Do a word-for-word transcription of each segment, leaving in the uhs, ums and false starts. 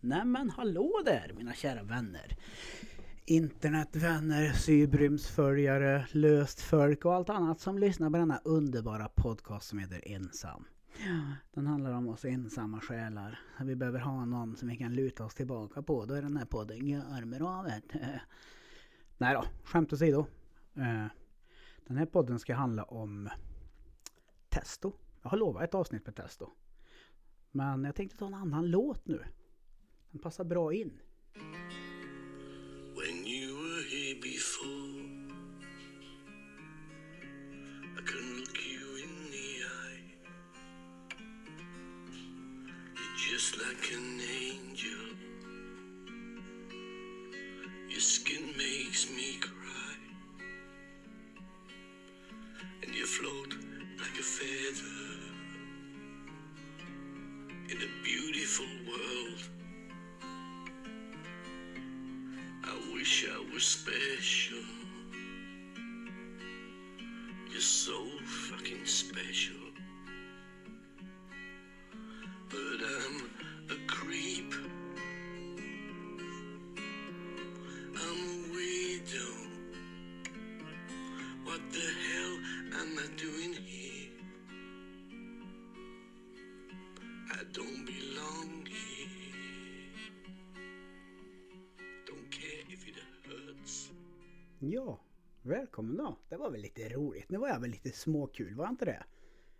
Nej men hallå där mina kära vänner. Internetvänner, cybrymsföljare, löst folk och allt annat som lyssnar på denna underbara podcast som heter Ensam. Den handlar om oss ensamma själar. Vi behöver ha någon som vi kan luta oss tillbaka på. Då är den här podden görmer av det. Nej då, skämt åsido. Den här podden ska handla om testo. Jag har lovat ett avsnitt med testo. Men jag tänkte ta en annan låt nu. Den passar bra in. When you were here before, I couldn't look you in the eye. You're just like an angel. Your skin makes me cry, and you float like a feather in a beautiful world. I wish I was special. You're so fucking special. But I'm a creep. I'm a widow. What the hell am I doing here? I don't belong here. Don't care if it hurts. Ja, välkommen då. Det var väl lite roligt. Nu var jag väl lite småkul, var inte det?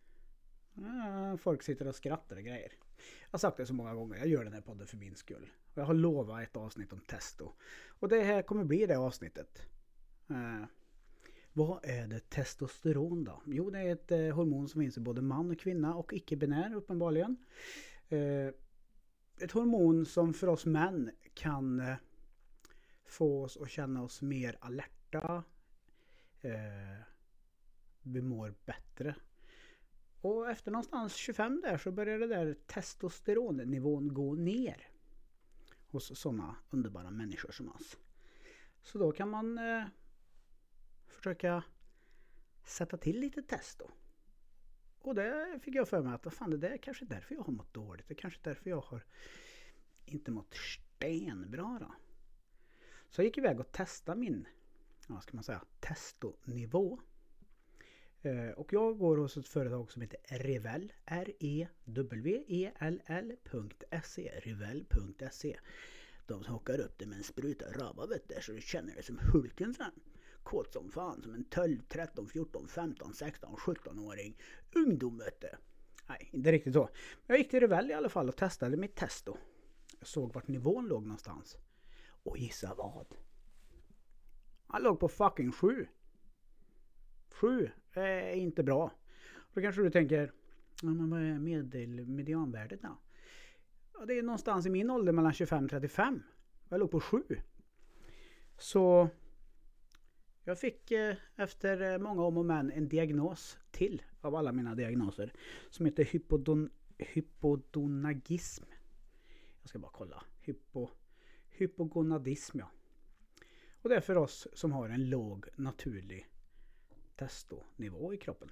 Folk sitter och skrattar och grejer. Jag har sagt det så många gånger. Jag gör den här podden för min skull. Och jag har lovat ett avsnitt om testo. Och det här kommer bli det avsnittet. Eh, vad är det testosteron då? Jo, det är ett eh, hormon som finns i både man och kvinna och icke-binär uppenbarligen. Eh, ett hormon som för oss män kan eh, få oss att känna oss mer alerta. Eh, vi mår bättre. Och efter någonstans tjugofem där så börjar det där testosteronnivån gå ner hos sådana underbara människor som oss. Så då kan man eh, försöka sätta till lite testo. Och det fick jag för mig att fan, det där är kanske därför jag har mått dåligt. Det är kanske därför jag har inte mått stenbra då. Så jag gick iväg och testade min, vad ska man säga, testonivå. Eh, och jag går hos ett företag som heter Revell, R E W E L L punkt se, revell punkt se. De hakar upp det med en spruta raba, vet du, så du känner det som Hulken sen. Kåt som fan, som en tolv, tretton, fjorton, femton, sexton, sjutton-åring. Ungdom, vet du. Nej, inte riktigt så. Jag gick till Revell i alla fall och testade mitt testo. Jag såg vart nivån låg någonstans. Och gissa vad? Han låg på fucking sju. Sju är inte bra. Då kanske du tänker, ja, men vad är medel, medianvärdet då? Ja, det är någonstans i min ålder mellan tjugofem och trettiofem. Jag låg på sju. Så jag fick eh, efter många om och men en diagnos till av alla mina diagnoser som heter hypodon, hypodonagism. Jag ska bara kolla. Hypo, hypogonadism, ja. Och det är för oss som har en låg naturlig testonivå i kroppen.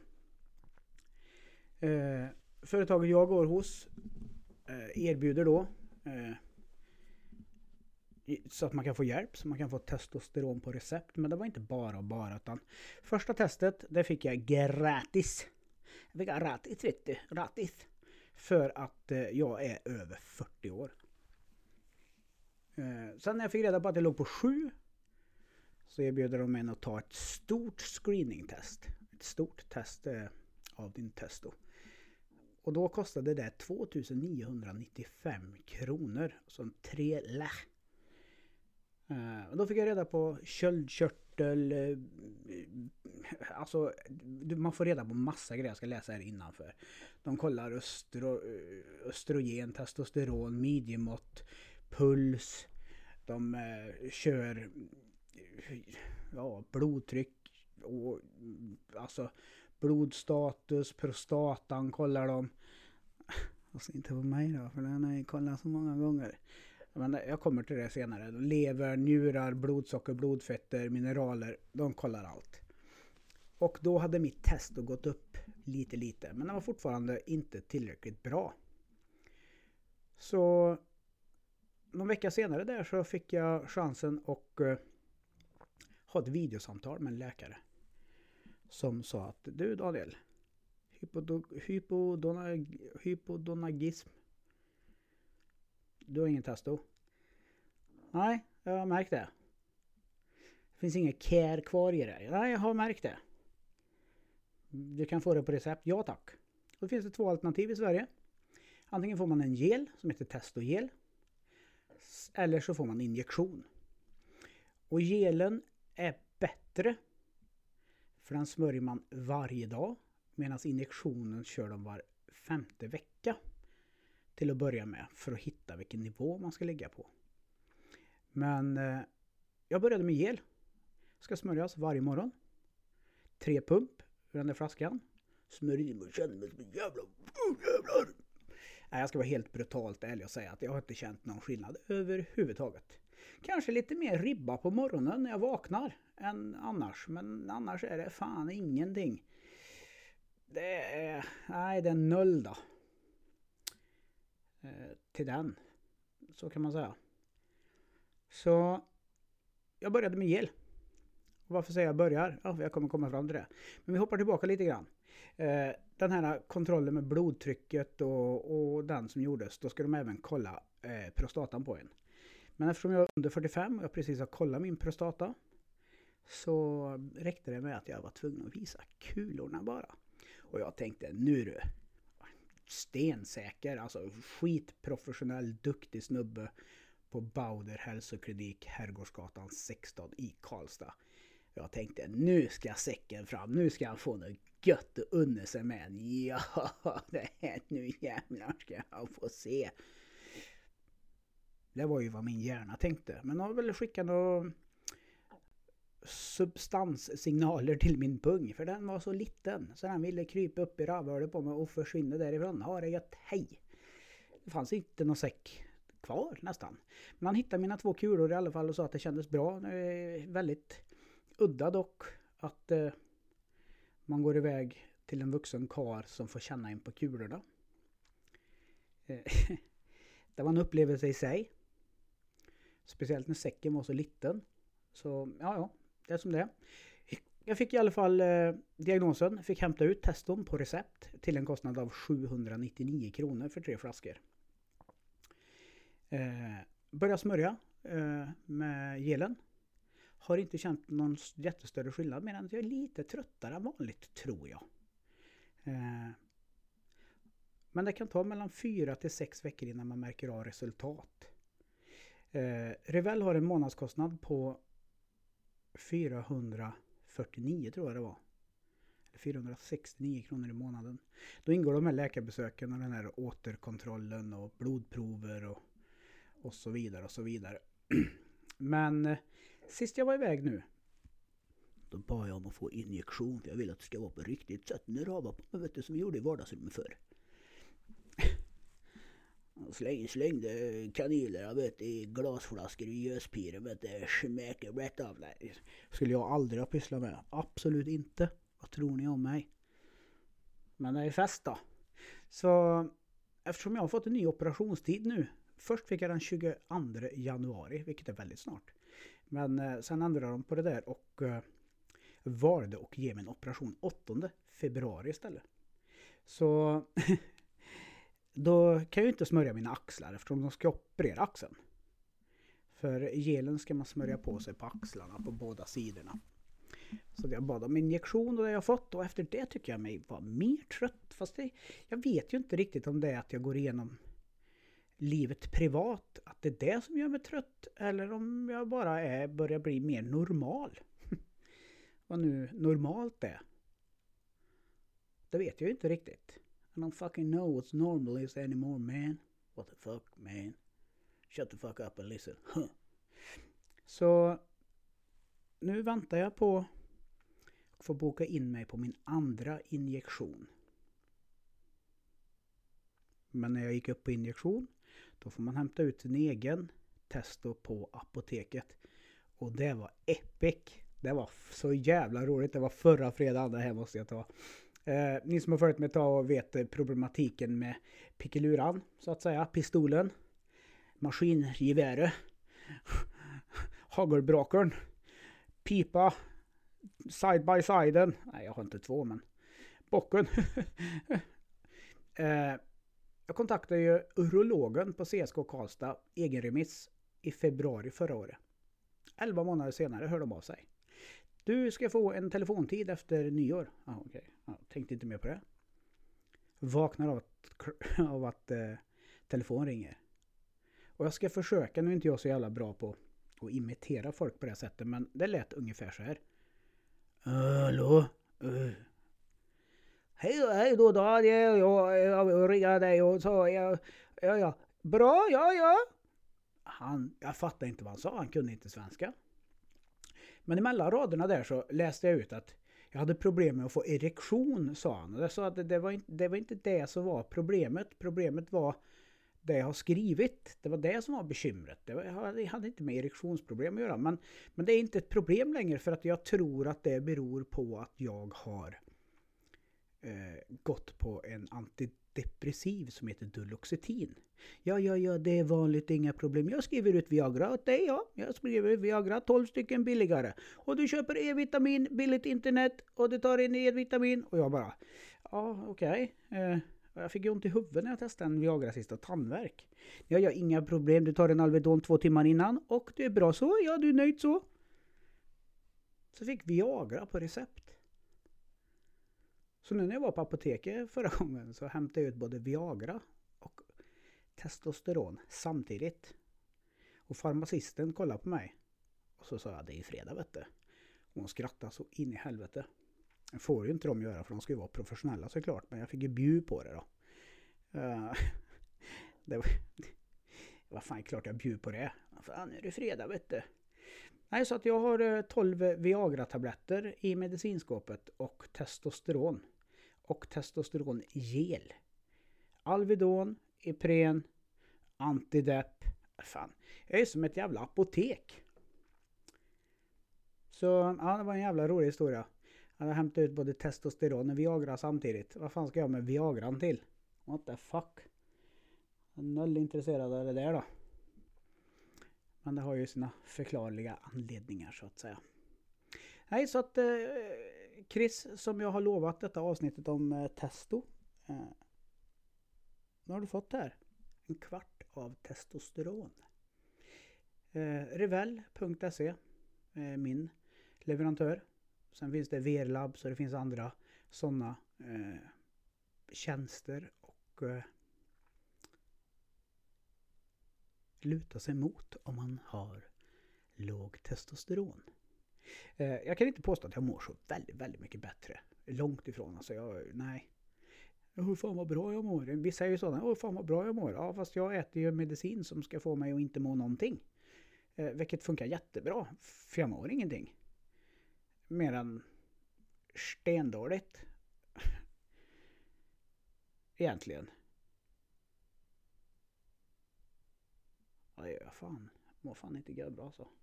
Eh, företaget jag går hos eh, erbjuder då eh, så att man kan få hjälp, så man kan få testosteron på recept. Men det var inte bara och bara, utan första testet, det fick jag gratis. Jag fick gratis, vet du, gratis. För att eh, jag är över fyrtio år. Eh, sen när jag fick reda på att jag låg på sju, så erbjuder de mig att ta ett stort screeningtest. Ett stort test eh, av din testo. Och då kostade det tvåtusen-niohundranittiofem kronor. Som tre lä. Uh, och då fick jag reda på köldkörtel. Uh, alltså, man får reda på massa grejer. Jag ska läsa här innanför. De kollar östro, östrogen, testosteron, midjemått, puls. De uh, kör ja, blodtryck och alltså blodstatus, prostatan kollar de. Alltså inte på mig då, för den har jag kollat så många gånger. Men jag kommer till det senare. Lever, njurar, blodsocker, blodfetter, mineraler, de kollar allt. Och då hade mitt test gått upp lite lite, men det var fortfarande inte tillräckligt bra. Så någon vecka senare där så fick jag chansen att uh, ha ett videosamtal med en läkare. Som sa att du Daniel, hypodo- hypodona- hypodonagism. Du har ingen testo. Nej, jag har märkt det. Det finns inget care kvar i det. Nej, jag har märkt det. Du kan få det på recept. Ja tack. Och då finns det två alternativ i Sverige. Antingen får man en gel som heter testogel. Eller så får man injektion. Och gelen är bättre. För den smörjer man varje dag. Medan injektionen kör de var femte vecka. Till att börja med. För att hitta vilken nivå man ska ligga på. Men eh, jag började med gel. Ska smörjas varje morgon. Tre pump ur den där flaskan. Smörj in och känner mig som en jävla jävlar. Nej, jag ska vara helt brutalt ärlig och säga att jag har inte känt någon skillnad överhuvudtaget. Kanske lite mer ribba på morgonen när jag vaknar än annars. Men annars är det fan ingenting. Det är, nej, det är noll då. Eh, till den. Så kan man säga. Så jag började med gel. Och varför säger jag börjar? Ja, jag kommer komma fram till det. Men vi hoppar tillbaka lite grann. Eh, den här kontrollen med blodtrycket och, och den som gjordes, då ska de även kolla eh, prostatan på en. Men eftersom jag är under fyrtiofem och jag precis har kollat min prostata, så räckte det med att jag var tvungen att visa kulorna bara. Och jag tänkte, nu du, stensäker, alltså skitprofessionell, duktig snubbe på Bauder hälsoklinik, Herrgårdsgatan sexton i Karlstad. Jag tänkte, nu ska säcken fram, nu ska han få något gött och unna sig med en. Ja, det här nu jävlar ska jag få se. Det var ju vad min hjärna tänkte. Men jag har väl skickat några substanssignaler till min pung. För den var så liten. Så den ville krypa upp i rövhålet på mig och försvinna därifrån. Ja, det är gött. Hej! Det fanns inte någon säck kvar nästan. Men han hittade mina två kulor i alla fall och sa att det kändes bra. Det är väldigt udda dock att eh, man går iväg till en vuxen kar som får känna in på kulorna. Det var en upplevelse i sig. Speciellt när säcken var så liten. Så ja, ja, det är som det är. Jag fick i alla fall eh, diagnosen. Fick hämta ut teston på recept till en kostnad av sjuhundranittionio kronor för tre flaskor. Eh, började smörja eh, med gelen. Har inte känt någon jättestörre skillnad, medan jag är lite tröttare än vanligt, tror jag. Eh, men det kan ta mellan fyra till sex veckor innan man märker av resultat. Eh, Revell har en månadskostnad på fyrahundrafyrtionio tror jag det var. fyrahundrasextionio kronor i månaden. Då ingår de här läkarbesöken och den här återkontrollen och blodprover och, och så vidare och så vidare. Men eh, sist jag var iväg nu, då bad jag om att få injektion, för jag vill att det ska vara på riktigt sätt. Nu rava på mig, vet du, som vi gjorde i vardagsrummet förr. Släng, slängde kanyler, jag vet, i glasflaskor i göspiren, vet du, smäcker rätt av. Nej, skulle jag aldrig ha pysslat med. Absolut inte. Vad tror ni om mig? Men det är fest då. Så eftersom jag har fått en ny operationstid nu. Först fick jag den tjugoandra januari, vilket är väldigt snart. Men eh, sen ändrade de på det där och eh, valde att ge mig en operation åttonde februari istället. Så då kan jag ju inte smörja mina axlar eftersom de ska operera axeln. För gelen ska man smörja på sig på axlarna på båda sidorna. Så jag bad om injektion och det jag fått. Och efter det tycker jag mig var mer trött. Fast det, jag vet ju inte riktigt om det är att jag går igenom livet privat. Att det är det som gör mig trött. Eller om jag bara är, börjar bli mer normal. Vad nu normalt är. Det vet jag ju inte riktigt. I don't fucking know what's normal is anymore, man. What the fuck, man. Shut the fuck up and listen. Huh. Så nu väntar jag på att få boka in mig på min andra injektion. Men när jag gick upp på injektion, då får man hämta ut sin egen testo på apoteket. Och det var epic. Det var så jävla roligt. Det var förra fredagen, det här måste jag ta. Eh, ni som har följt mig ta och vet problematiken med pickeluran, så att säga, pistolen. Maskingeväret. Hagelbrakern. Pipa. Side by siden. Nej, jag har inte två, men bocken. eh, jag kontaktade ju urologen på C S K Karlstad, egen remiss, i februari förra året. Elva månader senare hörde de av sig. Du ska få en telefontid efter nyår. Ah, okej. Okay. Ah, tänkte inte mer på det. Vaknar av att, av att eh, telefon ringer. Och jag ska försöka, nu är inte jag så jävla bra på att imitera folk på det sättet, men det lät ungefär så här. Hallå? Uh. Hej då, hej då, då. Jag, jag, jag ringer dig och så. Jag, ja, ja. Bra, ja, ja. Han, jag fattade inte vad han sa. Han kunde inte svenska. Men emellan raderna där så läste jag ut att jag hade problem med att få erektion, sa han. Och jag sa att det, det, var inte, det var inte det som var problemet. Problemet var det jag har skrivit. Det var det som var bekymret. Det var, jag hade inte med erektionsproblem att göra. Men, men det är inte ett problem längre, för att jag tror att det beror på att jag har eh, gått på en antidepressiv som heter Duloxetin. Ja, ja, ja, det är vanligt, inga problem. Jag skriver ut Viagra åt dig, ja. Jag skriver ut Viagra, tolv stycken billigare. Och du köper E-vitamin, billigt internet, och du tar in E-vitamin. Och jag bara, ja, okej. Okay. Eh, jag fick ju ont i huvudet när jag testade en Viagra sist och tandvärk. Ja, ja, inga problem. Du tar en Alvedon två timmar innan och det är bra så. Ja, du är nöjd så. Så fick Viagra på recept. Så nu när jag var på apoteket förra gången så hämtade jag ut både Viagra och testosteron samtidigt. Och farmacisten kollade på mig. Och så sa jag, det är fredag, vet du. Och hon skrattade så in i helvete. Jag får ju inte de göra, för de ska ju vara professionella såklart. Men jag fick ju bjud på det då. Uh, det var, det var fan klart jag bjud på det. Fan, nu är det fredag, vet du. Nej, så att jag har tolv Viagra-tabletter i medicinskåpet och testosteron. Och testosterongel. Alvedon, Ipren, Antidep. Fan, jag är som ett jävla apotek. Så ja, det var en jävla rolig historia. Jag har hämtat ut både testosteron och Viagra samtidigt. Vad fan ska jag med Viagran till? What the fuck? Jag är noll intresserad av det där då. Men det har ju sina förklarliga anledningar så att säga. Nej, så att eh, Chris, som jag har lovat detta avsnittet om eh, testo. Eh, vad har du fått här? En kvart av testosteron. Eh, Revell punkt se eh, min leverantör. Sen finns det V R-lab, så det finns andra sådana eh, tjänster och eh, luta sig mot om man har låg testosteron. Eh, jag kan inte påstå att jag mår så väldigt, väldigt mycket bättre. Långt ifrån. Alltså jag, nej. Hur fan vad bra jag mår. Vissa är ju sådana, åh fan vad bra jag mår. Ja, fast jag äter ju medicin som ska få mig att inte må någonting. Eh, vilket funkar jättebra. För jag mår ingenting. Mer än stendåligt. Egentligen. Ja, jag fan. Mår fan inte gör bra så.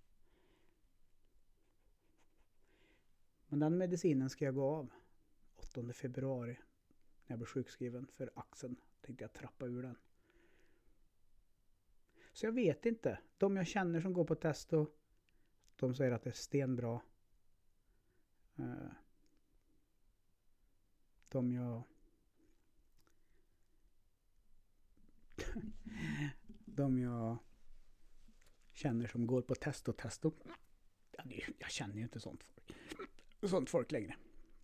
Men den medicinen ska jag gå av. åttonde februari. När jag blev sjukskriven för axeln. Tänkte jag trappa ur den. Så jag vet inte. De jag känner som går på testo. De säger att det är stenbra. De jag de jag känner som går på testo testo. Jag känner ju inte sånt folk. Sånt folk längre.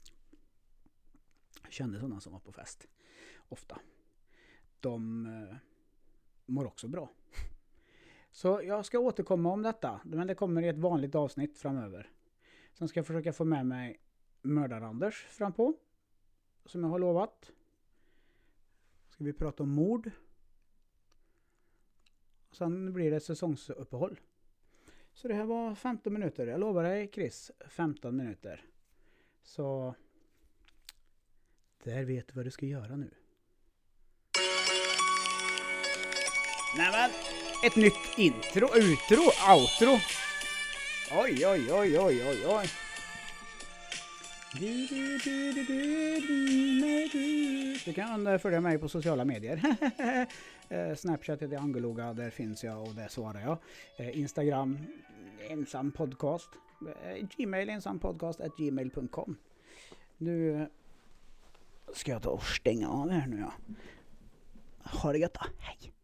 Jag kände sådana som var på fest ofta. De eh, mår också bra. Så jag ska återkomma om detta, men det kommer i ett vanligt avsnitt framöver. Sen ska jag försöka få med mig Mördar-Anders fram på. Som jag har lovat. Ska vi prata om mord. Sen blir det säsongsuppehåll. Så det här var femton minuter. Jag lovar dig, Chris, femton minuter. Så där vet du vad du ska göra nu. Nämen, ett nytt intro, utro, outro. Oj, oj, oj, oj, oj, oj. Du, du, du, du, du, nej, du. Du kan följa mig på sociala medier. Snapchat heter Angeloga, där finns jag och där svarar jag. Instagram, ensam podcast. Gmail, ensampodcast at gmail punkt com. Nu ska jag ta och stänga av här nu. Ja. Ha det gött då. Hej!